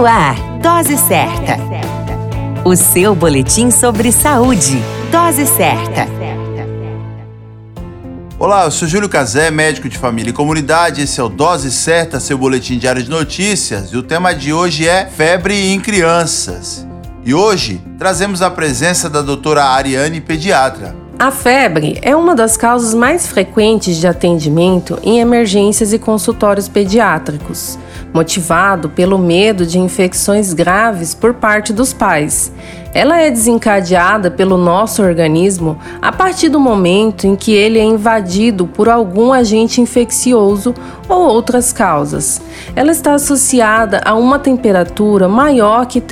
No ar, Dose Certa. O seu boletim sobre saúde. Dose Certa. Olá, eu sou Júlio Cazé, médico de família e comunidade. Esse é o Dose Certa, seu boletim diário de notícias. E o tema de hoje é febre em crianças. E hoje trazemos a presença da doutora Ariane, pediatra. A febre é uma das causas mais frequentes de atendimento em emergências e consultórios pediátricos, motivado pelo medo de infecções graves por parte dos pais. Ela é desencadeada pelo nosso organismo a partir do momento em que ele é invadido por algum agente infeccioso ou outras causas. Ela está associada a uma temperatura maior que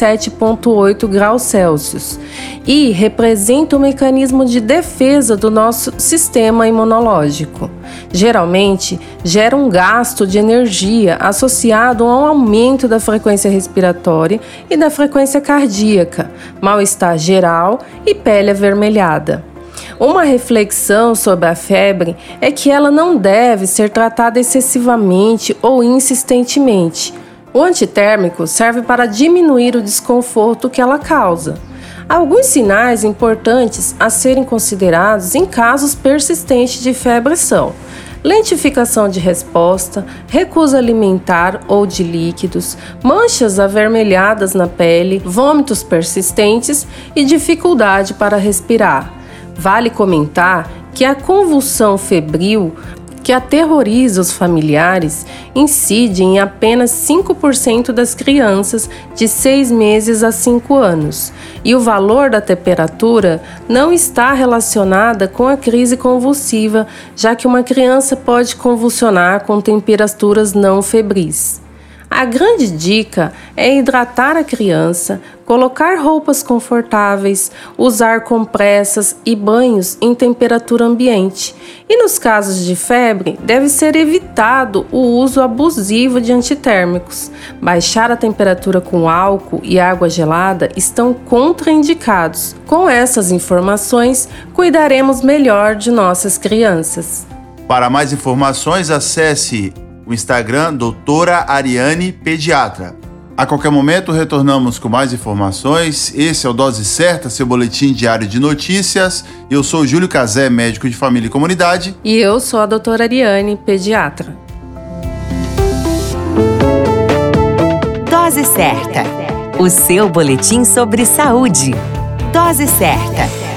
37,8 graus Celsius e representa um mecanismo de defesa do nosso sistema imunológico. Geralmente, gera um gasto de energia associado a um aumento da frequência respiratória e da frequência cardíaca, mal-estar geral e pele avermelhada. Uma reflexão sobre a febre é que ela não deve ser tratada excessivamente ou insistentemente. O antitérmico serve para diminuir o desconforto que ela causa. Há alguns sinais importantes a serem considerados em casos persistentes de febre são: lentificação de resposta, recusa alimentar ou de líquidos, manchas avermelhadas na pele, vômitos persistentes e dificuldade para respirar. Vale comentar que a convulsão febril, que aterroriza os familiares, incide em apenas 5% das crianças de 6 meses a 5 anos, e o valor da temperatura não está relacionada com a crise convulsiva, já que uma criança pode convulsionar com temperaturas não febris. A grande dica é hidratar a criança, colocar roupas confortáveis, usar compressas e banhos em temperatura ambiente. E nos casos de febre, deve ser evitado o uso abusivo de antitérmicos. Baixar a temperatura com álcool e água gelada estão contraindicados. Com essas informações, cuidaremos melhor de nossas crianças. Para mais informações, acesse o Instagram doutora Ariane, pediatra. A qualquer momento retornamos com mais informações. Esse é o Dose Certa, seu boletim diário de notícias. Eu sou Júlio Cazé, médico de família e comunidade. E eu sou a doutora Ariane, pediatra. Dose Certa, o seu boletim sobre saúde. Dose Certa.